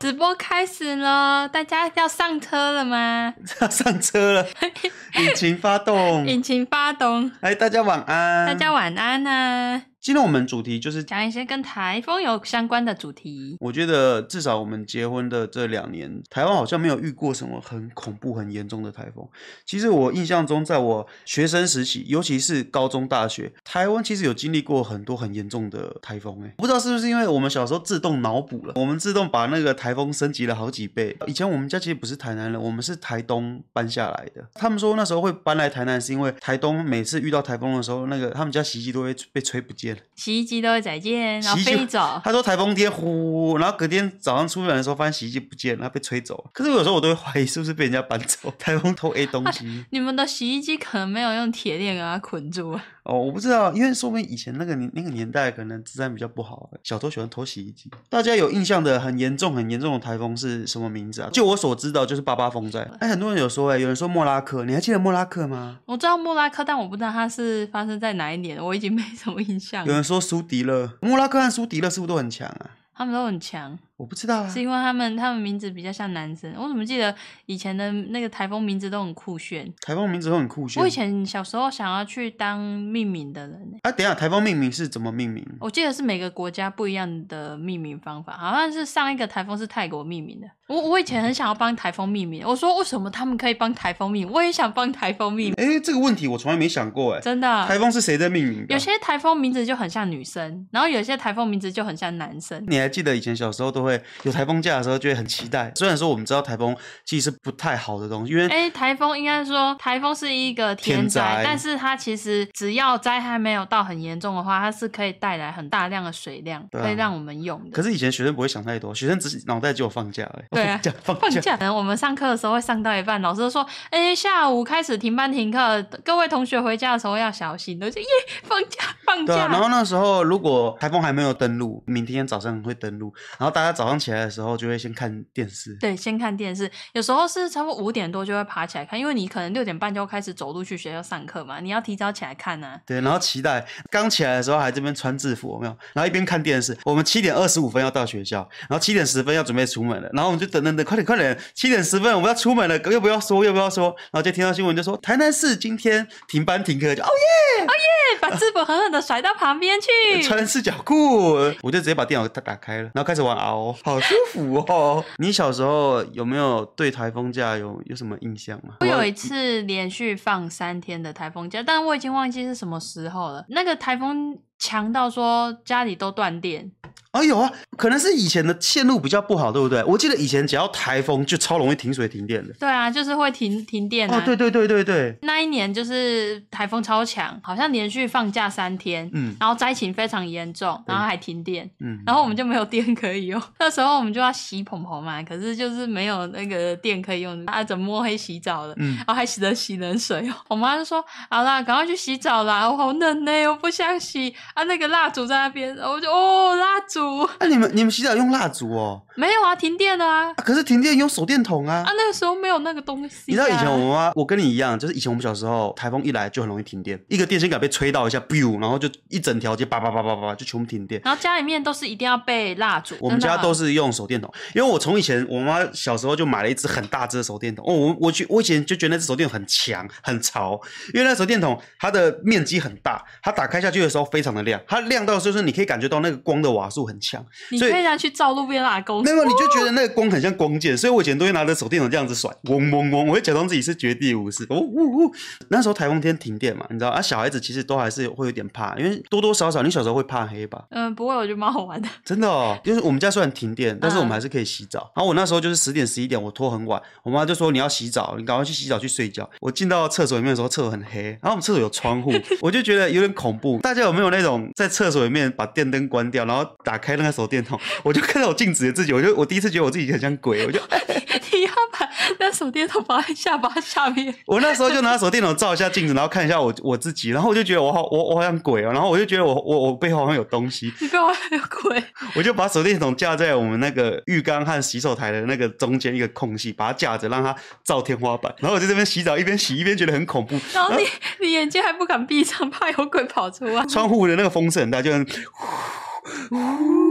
直播开始了，大家要上车了吗？ 要上车了，引擎发动， 引擎发动。 哎，大家晚安， 大家晚安啊。 今天我们主题就是讲一些跟台风有相关的主题。 我觉得至少我们结婚的这2年，台湾好像没有遇过什么很恐怖、很严重的台风。其实我印象中，在我学生时期，尤其是高中、大学，台湾其实有经历过很多很严重的台风。不知道是不是因为我们小时候自动脑补了，我们自动把那个台风升级了好几倍。以前我们家其实不是台南人，我们是台东搬下来的。他们说那时候会搬来台南，是因为台东每次遇到台风的时候，那个他们家洗衣机都会被吹不见。 洗衣机都会再见，然后飞走。 他说台风天呼，然后隔天早上出门的时候发现洗衣机不见了，然后被吹走。可是有时候我都会怀疑是不是被人家搬走，台风偷 A 东西。 你们的洗衣机可能没有用铁链给它捆住啊。 哦，我不知道，因为说明以前那个年代可能治安比较不好，小偷喜欢偷洗衣机。大家有印象的很严重的台风是什么名字啊？就我所知道就是88风灾。很多人有说，有人说莫拉克，你还记得莫拉克吗？ 我知道莫拉克，但我不知道它是发生在哪一年，我已经没什么印象了。 有人说苏迪勒，莫拉克和苏迪勒是不是都很强啊？ 他们都很强。 我不知道啊， 是因为他们名字比较像男生。我怎么记得以前的那个台风名字都很酷炫？ 台风名字都很酷炫。 我以前小时候想要去当命名的人。 等一下，台风命名是怎么命名？ 我记得是每个国家不一样的命名方法，好像是上一个台风是泰国命名的。我以前很想要帮台风命名，我说为什么他们可以帮台风命名，我也想帮台风命名。 这个问题我从来没想过。 真的。 台风是谁在命名的？ 有些台风名字就很像女生，然后有些台风名字就很像男生。 你还记得以前小时候都会有台风假的时候就会很期待，虽然说我们知道台风其实是不太好的东西，因为台风应该说台风是一个天灾，但是它其实只要灾害没有到很严重的话，它是可以带来很大量的水量，可以让我们用的。 可是以前学生不会想太多，学生只是脑袋只有放假而已。 对啊，放假。我们上课的时候会上到一半，老师就说下午开始停班停课，各位同学回家的时候要小心。我就放假。 对啊，然后那时候如果台风还没有登陆，明天早上会登陆，然后大家早上起来的时候就会先看电视。 对，先看电视，有时候是差不多5点多就会爬起来看，因为你可能6点半就开始走路去学校上课嘛，你要提早起来看啊。 对，然后期待刚起来的时候还这边穿制服，有没有？然后一边看电视，我们7点25分要到学校，然后7点10分要准备出门了，然后我们就等，快点，7点10分我们要出门了，要不要说？然后就听到新闻就说台南市今天停班停课，就哦耶， 把制服狠狠的甩到旁边去， 穿4角裤，我就直接把电脑打开了，然后开始玩RO，好舒服哦。你小时候有没有对台风假有什么印象吗？ 我有一次连续放3天的台风假，但我已经忘记是什么时候了。那个台风强到说家里都断电。 有啊，可能是以前的线路比较不好，对不对？我记得以前只要台风就超容易停水停电的。 对啊，就是会停电啊。 对。 那一年就是台风超强，好像连续放假3天，然后灾情非常严重，然后还停电，然后我们就没有电可以用。那时候我们就要洗蓬蓬嘛，可是就是没有那个电可以用，怎么摸黑洗澡了，然后还洗冷水。我妈就说好啦，赶快去洗澡啦，我好冷我不想洗啊。那个蜡烛在那边，我就蜡烛。 你们洗澡用蜡烛哦？ 没有啊，停电了啊。 可是停电用手电筒啊。 那个时候没有那个东西。 你知道以前我妈，我跟你一样，就是以前我们小时候台风一来就很容易停电，一个电线杆被吹到一下，然后就一整条街叭就全部停电。 然后家里面都是一定要备蜡烛。 我们家都是用手电筒，因为我从以前我妈小时候就买了一支很大支的手电筒。我以前就觉得那支手电筒很强很潮，因为那手电筒它的面积很大，它打开下去的时候非常的亮，它亮到就是你可以感觉到那个光的瓦数很强， 你可以拿去照路边阿公。 没有，你就觉得那个光很像光剑，所以我以前都会拿着手电筒这样子甩，嗡嗡嗡，我会假装自己是绝地武士。那时候台风天停电嘛，你知道小孩子其实都还是会有点怕，因为多多少少你小时候会怕黑吧？ 不会，我觉得蛮好玩的。 真的哦，就是我们家虽然停电，但是我们还是可以洗澡。然后我那时候就是10点11点，我拖很晚，我妈就说你要洗澡，你赶快去洗澡去睡觉。我进到厕所里面的时候，厕所很黑，然后我们厕所有窗户，我就觉得有点恐怖。大家有没有那种在厕所里面把电灯关掉，然后打开那个手电筒，我就看到我镜子的自己，我第一次觉得我自己很像鬼，我就你要把那手电筒放在下巴下面。 我那时候就拿手电筒照一下镜子，然后看一下我自己，然后我就觉得我好像鬼然后我就觉得我背后好像有东西。 你背后有鬼？我就把手电筒架在我们那个浴缸和洗手台的那个中间一个空隙，把它架着让它照天花板，然后我在这边洗澡，一边洗一边觉得很恐怖。 然后你眼睛还不敢闭上，怕有鬼跑出来。 窗户的那个风是很大，就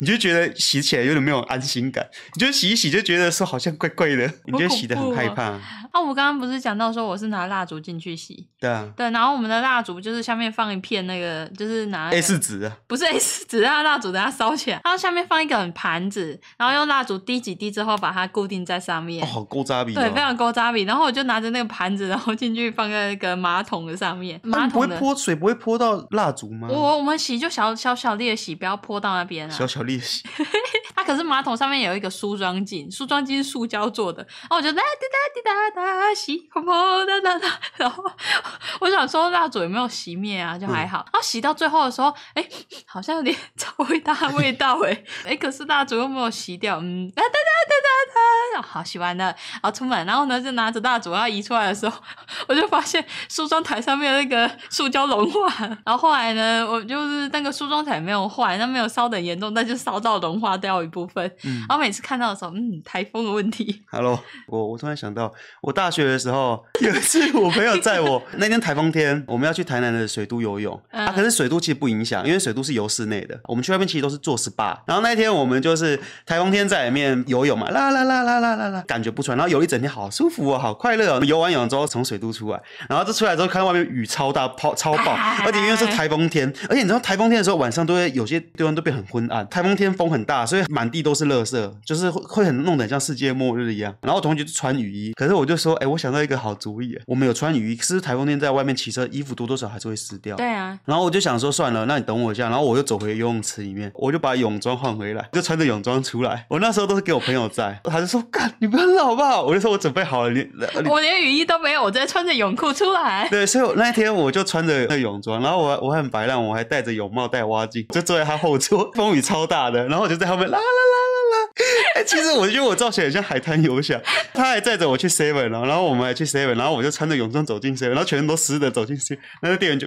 你就觉得洗起来有点没有安心感，你就洗一洗就觉得说好像怪怪的，你就洗得很害怕。 我刚刚不是讲到说我是拿蜡烛进去洗， 对啊， 对，然后我们的蜡烛就是下面放一片那个，就是拿 A4 纸啊， 不是 A4 纸，让蜡烛等它烧起来，然后下面放一个盘子，然后用蜡烛滴几滴之后把它固定在上面。 好勾扎比， 对，非常勾扎比。然后我就拿着那个盘子，然后进去放在那个马桶的上面。马桶的水不会泼到蜡烛吗？ 我们洗就小粒的洗，不要泼到那边啊。 小粒的洗。 可是马桶上面有一个梳妆镜，梳妆镜是塑胶做的，然后我就哒滴哒滴哒哒洗砰砰哒哒哒，然后我想说蜡烛有没有熄灭啊，就还好。然后洗到最后的时候，好像有点超大味道可是蜡烛又没有熄掉，哒哒哒哒哒，好，洗完了，然后出门，然后呢就拿着蜡烛要移出来的时候，我就发现梳妆台上面那个塑胶融化了，然后后来呢，我就是那个梳妆台没有坏，那没有烧得很严重，但就烧到融化掉一部分。然后每次看到的时候，台风的问题。 Hello， 我突然想到，我大学的时候有一次我朋友载我，那天台风天，我们要去台南的水都游泳可是水都其实不影响，因为水都是游室内的，我们去那边其实都是做 SPA。然后那一天我们就是台风天在里面游泳嘛，啦啦啦啦啦啦啦，感觉不出来，然后游一整天好舒服哦，好快乐哦。游完泳之后从水都出来，然后这出来之后看到外面雨超大，超暴，而且因为是台风天，而且你知道台风天的时候晚上都会有些地方都变很昏暗，台风天风很大，所以满地都是垃圾，就是会很弄得很像世界末日一样。然后我同学就穿雨衣，可是我就说，我想到一个好主意，我们有穿雨衣，可是台风天在外面骑车，衣服多多少还是会湿掉。 对啊。 然后我就想说，算了，那你等我一下，然后我就走回游泳池里面，我就把泳装换回来，就穿着泳装出来。我那时候都是给我朋友载，他就说，干，你不要闹好不好？我就说我准备好了， 我连雨衣都没有，我直接穿着泳裤出来。 对，所以那一天我就穿着那泳装，然后我很白烂，我还戴着泳帽戴蛙镜，就坐在他后座，风雨超大的，然后我就在后面啦啦啦啦啦。其实我觉得我造型很像海滩游侠，他还载着我去 7 然后我们还去 7， 然后我就穿着泳装走进 7， 然后全身都湿的走进 7， 那个店员就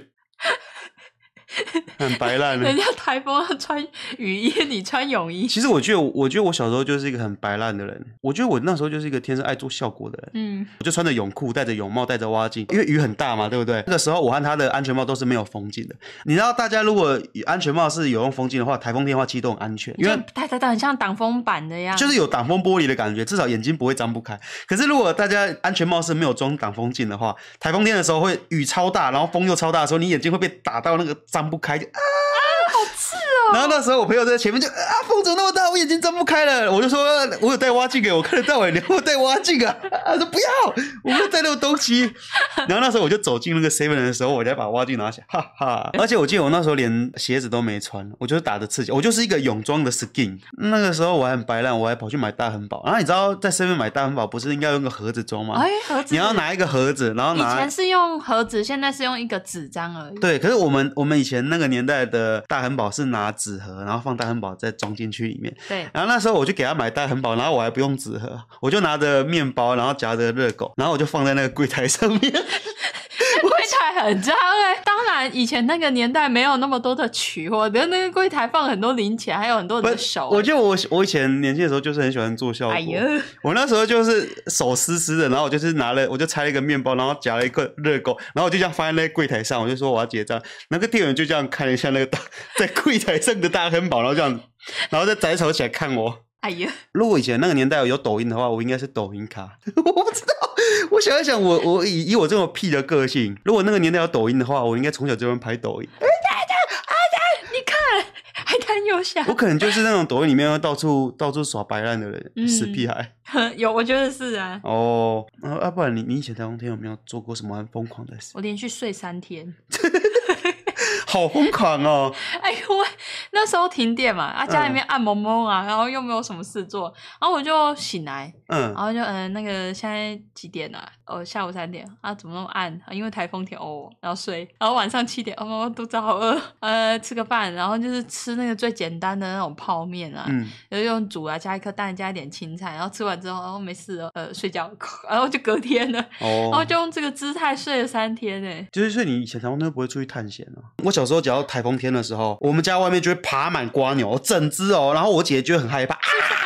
很白烂的。 人家台风要穿雨衣，你穿泳衣。 其实我觉得我小时候就是一个很白烂的人，我觉得我那时候就是一个天生爱做效果的人。我就穿着泳裤，戴着泳帽，戴着蛙镜，因为雨很大嘛，对不对？那个时候我和他的安全帽都是没有风镜的。你知道大家如果安全帽是有用风镜的话，台风天的话其实都很安全，因为它很像挡风板的样子， 就是有挡风玻璃的感觉，至少眼睛不会张不开。可是如果大家安全帽是没有装挡风镜的话，台风天的时候会雨超大，然后风又超大的时候，你眼睛会被打到那个张不开，就好刺哦。 然后那时候我朋友在前面就风怎么那么大，我眼睛睁不开了。我就说我有带蛙镜给我看得到你有带蛙镜啊？他说不要，我没有带那个东西。然后那时候我就走进那个 7 的时候，我才把蛙镜拿起来，哈哈。而且我记得我那时候连鞋子都没穿，我就是打着赤脚，我就是一个泳装的 skin。那个时候我还很白烂，我还跑去买大亨堡。然后你知道在 7 买大亨堡不是应该用个盒子装吗？ 盒子， 你要拿一个盒子，然后以前是用盒子，现在是用一个纸张而已。 对，可是我们以前那个年代的大亨堡是拿纸盒，然后放大亨堡再装进去里面。 对。 然后那时候我就给他买大亨堡，然后我还不用纸盒，我就拿着面包，然后夹着热狗，然后我就放在那个柜台上面。 柜台很脏当然以前那个年代没有那么多的取货，那个柜台放很多零钱，还有很多人的手。 我觉得我以前年轻的时候就是很喜欢做效果。我那时候就是手湿湿的，然后我就是我就拆了一个面包，然后夹了一个热狗，然后我就这样放在那个柜台上，我就说我要结账。那个店员就这样看了一下那个在柜台上的大亨堡，然后这样，然后再抬头起来看我。如果以前那个年代有抖音的话，我应该是抖音咖。我不知道，我想一想，我以我这么屁的个性，如果那个年代有抖音的话，我应该从小就会拍抖音。 你看，海滩游侠， 我可能就是那种抖音里面到处耍白烂的人，死屁孩。 有，我觉得是啊。 哦，不然你以前台风天有没有做过什么很疯狂的事？ 我连续睡3天。 好疯狂哦！ 我那时候停电嘛，家里面暗蒙蒙啊，然后又没有什么事做，然后我就醒来，然后就那个现在几点啊？下午3点啊，怎么那么暗？因为台风天然后睡，然后晚上7点，肚子好饿，吃个饭，然后就是吃那个最简单的那种泡面啊，就用煮啊，加一颗蛋，加一点青菜，然后吃完之后，然后没事了，睡觉，然后就隔天了，然后就用这个姿态睡了3天就是所以你以前台风天不会出去探险哦？我小时候只要台风天的时候，我们家外面就会爬满蝸牛，整只然后我姐就会很害怕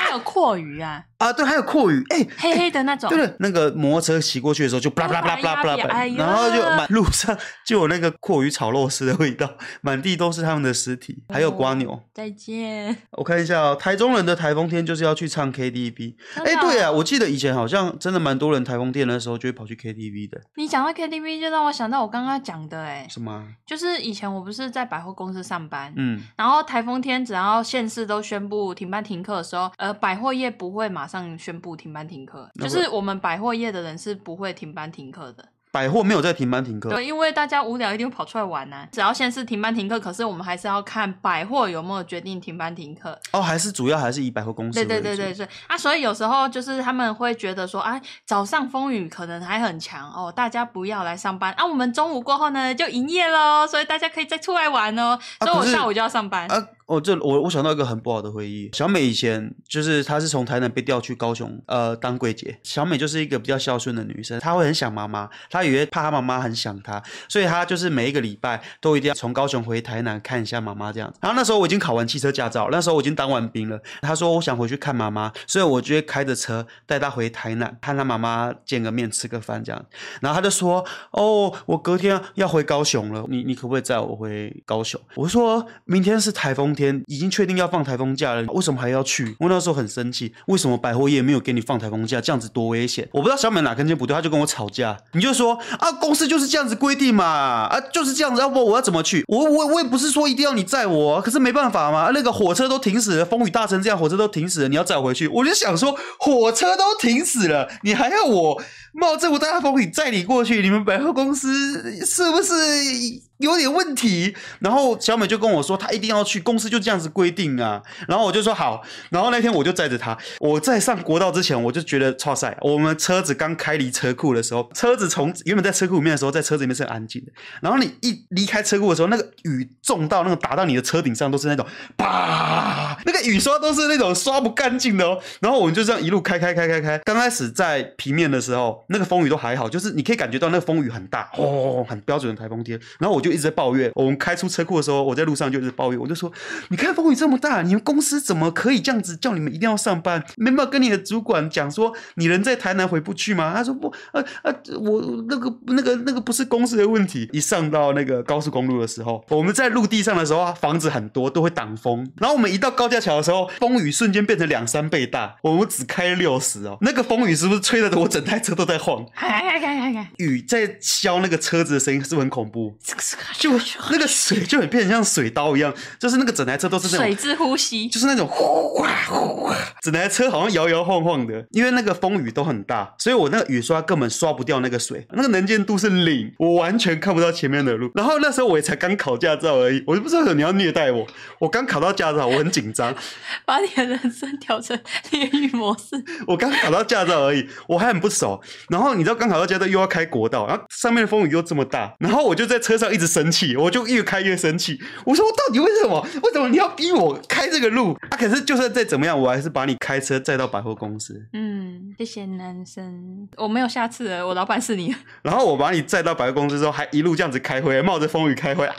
还有阔鱼啊。 对，还有阔鱼， 黑黑的那种。 对，那个摩托车骑过去的时候就巴拉巴拉巴拉巴拉，然后就满路上就有那个阔鱼炒肉丝的味道，满地都是他们的尸体，还有蝸牛。 再见。 我看一下台中人的台风天就是要去唱 KTV。对啊，我记得以前好像真的蛮多人台风天的时候就会跑去 KTV 的。 你讲到 KTV 就让我想到我刚刚讲的什么？ 就是以前我不是在百货公司上班，然后台风天只要县市都宣布停班停课的时候，百货业不会马上宣布停班停课，就是我们百货业的人是不会停班停课的。 百货没有在停班停课， 对，因为大家无聊一定会跑出来玩啊。只要县市停班停课，可是我们还是要看百货有没有决定停班停课。 还是主要还是以百货公司为主。 对啊，所以有时候就是他们会觉得说，早上风雨可能还很强哦，大家不要来上班啊。我们中午过后呢就营业咯，所以大家可以再出来玩哦。所以我下午就要上班。 我想到一个很不好的回忆。小美以前就是她是从台南被调去高雄当柜姐。小美就是一个比较孝顺的女生，她会很想妈妈，她以为怕她妈妈很想她，所以她就是每一个礼拜都一定要从高雄回台南看一下妈妈这样。然后那时候我已经考完汽车驾照，那时候我已经当完兵了。她说我想回去看妈妈，所以我就会开着车带她回台南看她妈妈见个面吃个饭这样。然后她就说我隔天要回高雄了，你可不可以载我回高雄？我说明天是台风天，已经确定要放台风假了，为什么还要去？我那时候很生气，为什么百货业没有给你放台风假？这样子多危险！我不知道小美哪根筋不对，她就跟我吵架。你就说公司就是这样子规定嘛，就是这样子，要不我要怎么去？我也不是说一定要你载我，可是没办法嘛，那个火车都停死了，风雨大成这样，火车都停死了，你要载我回去？我就想说，火车都停死了，你还要我冒这么大风雨载你过去？你们百货公司是不是有点问题？然后小美就跟我说，她一定要去，公司就这样子规定啊。然后我就说好，然后那天我就载着她。我在上国道之前，我就觉得超塞。我们车子刚开离车库的时候，车子从原本在车库里面的时候，在车子里面是很安静的。然后你一离开车库的时候，那个雨重到那个打到你的车顶上，都是那种啪，那个雨刷都是那种刷不干净的哦。然后我们就这样一路开。刚开始在平面的时候，那个风雨都还好，就是你可以感觉到那个风雨很大，很标准的台风天。然后我就一直在抱怨，我们开出车库的时候，我在路上就一直抱怨，我就说：你看风雨这么大，你们公司怎么可以这样子叫你们一定要上班？没办法跟你的主管讲说你人在台南回不去吗？他说不，我那个不是公司的问题。一上到那个高速公路的时候，我们在陆地上的时候，房子很多都会挡风，然后我们一到高架桥的时候，风雨瞬间变成2-3倍大，我们只开60哦，那个风雨是不是吹得我整台车都在晃？雨在削那个车子的声音是不是很恐怖？就那个水就很变成像水刀一样，就是那个整台车都是那种水之呼吸， 就是那种呼哗呼哗，整台车好像摇摇晃晃的。因为那个风雨都很大，所以我那个雨刷根本刷不掉那个水，那个能见度是0，我完全看不到前面的路。然后那时候我也才刚考驾照而已，我就不知道你要虐待我。我刚考到驾照，我很紧张， 把你的人生调成炼狱模式。 我刚考到驾照而已，我还很不熟。然后你知道刚考到驾照又要开国道，然后上面的风雨又这么大，然后我就在车上一直生气，我就越开越生气。我说我到底为什么你要逼我开这个路可是就算再怎么样，我还是把你开车载到百货公司。 谢谢男生，我没有下次了，我老板是你。 然后我把你载到百货公司之后，还一路这样子开回来，冒着风雨开回来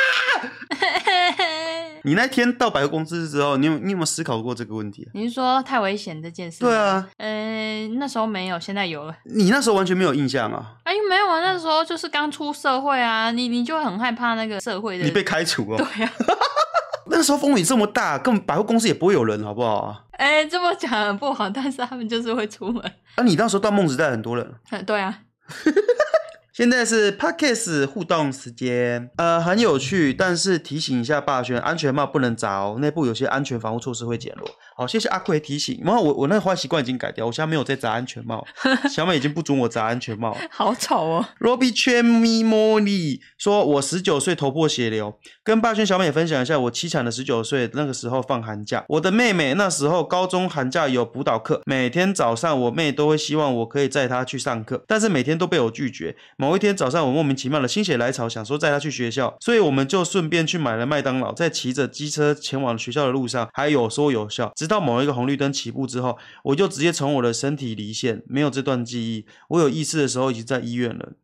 你那天到百货公司之后，你有没有思考过这个问题？ 你是说太危险这件事？ 对啊。 那时候没有，现在有了。 你那时候完全没有印象啊？ 没有啊，那时候就是刚出社会啊，你就会很害怕那个社会的。 你被开除了？ 对啊。 那时候风雨这么大，根本百货公司也不会有人，好不好？ 这么讲很不好，但是他们就是会出门。 你那时候到梦时代很多人。 对啊。 现在是 Podcast 互动时间，很有趣，但是提醒一下霸轩，安全帽不能砸哦，内部有些安全防护措施会减弱。好，谢谢阿奎提醒。然后我那个坏习惯已经改掉，我现在没有再砸安全帽。小美已经不准我砸安全帽。 好丑哦。 Robbie Chemi Molly 说，我19岁头破血流，跟霸轩小美分享一下我凄惨的19岁那个时候放寒假。我的妹妹那时候高中寒假有补导课，每天早上我妹都会希望我可以载她去上课，但是每天都被我拒绝。某一天早上我莫名其妙的心血来潮，想说载她去学校，所以我们就顺便去买了麦当劳，在骑着机车前往学校的路上还有说有笑，直到某一个红绿灯起步之后，我就直接从我的身体离线，没有这段记忆。我有意识的时候已经在医院了，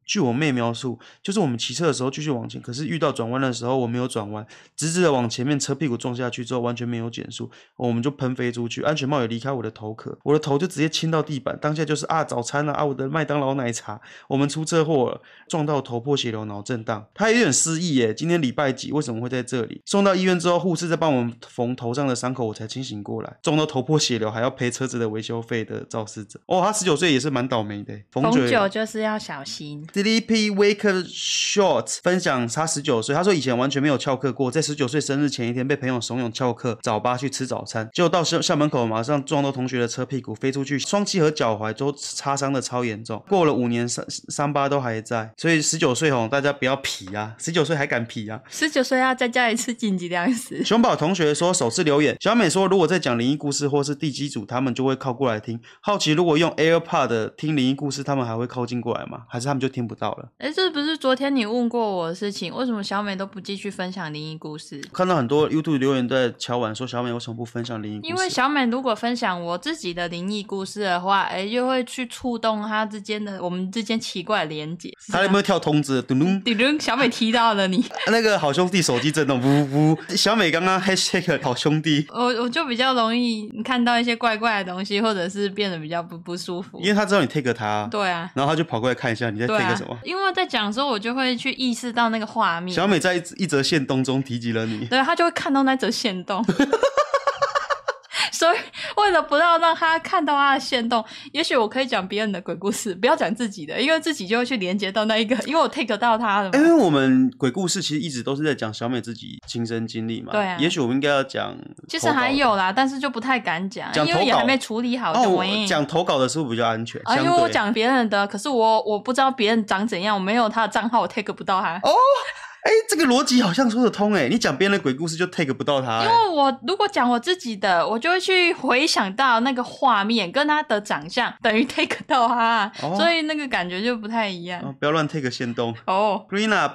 据我妹描述，就是我们骑车的时候继续往前，可是遇到转弯的时候我没有转弯，直直的往前面车屁股撞下去之后完全没有减速，我们就喷飞出去，安全帽也离开我的头壳，我的头就直接亲到地板，当下就是早餐啊我的麦当劳奶茶，我们出车祸了，撞到头破血流脑震荡。他有点失忆耶，今天礼拜几为什么会在这里？送到医院之后，护士在帮我们缝头上的伤口，我才清醒过来，撞到头破血流还要赔车子的维修费的肇事者。他19岁也是蛮倒霉的。 逢九就是要小心。 Sleepy Wake Short 分享他19岁，他说以前完全没有翘课过，在19岁生日前一天被朋友怂恿翘课早八去吃早餐，结果到校门口马上撞到同学的车屁股飞出去，双膝和脚踝都擦伤的超严重，过了5年伤疤都还在，所以19岁大家不要皮啊，19岁还敢皮啊 ，19岁要在家里吃紧急粮食。 熊宝同学说首次留言，小美说如果在讲灵异故事或是地基组他们就会靠过来听，好奇如果用 AirPod 听灵异故事他们还会靠近过来吗？还是他们就听不到了？ 这不是昨天你问过我的事情，为什么小美都不继续分享灵异故事？ 看到很多 YouTube 留言在敲碗说小美为什么不分享灵异故事？ 因为小美如果分享我自己的灵异故事的话，就会去触动我们之间奇怪的连结。 他有没有跳通知？嘟咚嘟咚，小美踢到了你。 那个好兄弟手机震动，呜呜。小美刚刚 hashtag 好兄弟， 我就比较容易看到一些怪怪的东西，或者是变得比较不舒服。 因为他知道你 take 他， 对啊， 然后他就跑过来看一下你在 take 什么。 因为在讲的时候，我就会去意识到那个画面。 小美在一则限动中提及了你， 对，他就会看到那则限动。所以为了不要让他看到他的限动，也许我可以讲别人的鬼故事，不要讲自己的，因为自己就会去连接到那一个，因为我 take 到他的嘛。 因为我们鬼故事其实一直都是在讲小美自己亲身经历嘛， 对啊， 也许我们应该要讲， 其实还有啦，但是就不太敢讲，因为也还没处理好。 讲投稿的时候比较安全因为我讲别人的，可是我不知道别人长怎样，我没有他的账号，我 take 不到他。 这个逻辑好像说得通你讲别人的鬼故事就 take 不到他。 因为我如果讲我自己的，我就会去回想到那个画面跟他的长相，等于 take 到他，所以那个感觉就不太一样。 不要乱 take 限动。 Greenna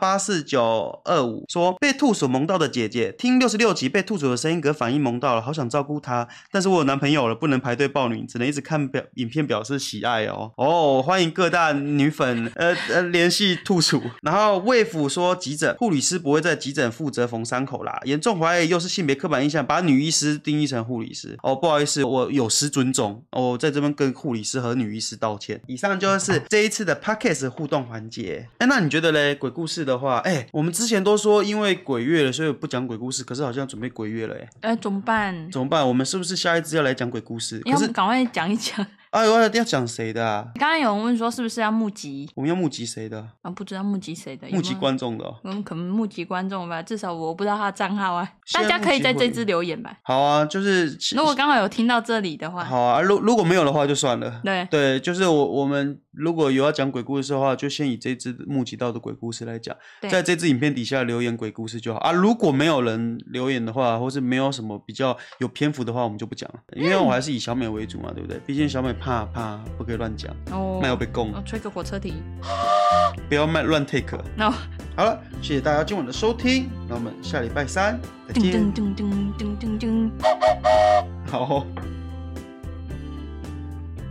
84925说被兔鼠萌到的姐姐，听66集被兔鼠的声音格反应萌到了，好想照顾她，但是我有男朋友了，不能排队抱女，只能一直看影片表示喜爱欢迎各大女粉联系兔鼠。然后卫府说急诊护理师不会在急诊负责缝伤口啦，严重怀疑又是性别刻板印象，把女医师定义成护理师。不好意思，我有失尊重，在这边跟护理师和女医师道歉。以上就是这一次的 Podcast 互动环节。那你觉得嘞？鬼故事的话，我们之前都说因为鬼月了，所以不讲鬼故事，可是好像准备鬼月了怎么办？ 怎么办？我们是不是下一次要来讲鬼故事？ 要不赶快讲一讲。 要讲谁的啊？ 刚刚有人问说是不是要募集？ 我们要募集谁的？ 不知道募集谁的？ 募集观众的可能募集观众吧，至少我不知道他的账号啊。大家可以在这支留言吧。 好啊，就是如果刚好有听到这里的话。 好啊，如果没有的话就算了。 对， 就是我们如果有要讲鬼故事的话，就先以这支募集到的鬼故事来讲，在这支影片底下留言鬼故事就好啊。如果没有人留言的话，或是没有什么比较有篇幅的话，我们就不讲了，因为我还是以小美为主嘛，对不对？毕竟小美怕不可以乱讲，麦要被攻。 吹个火车题， 不要乱 take。好了，谢谢大家今晚的收听，那我们下礼拜3再见。好。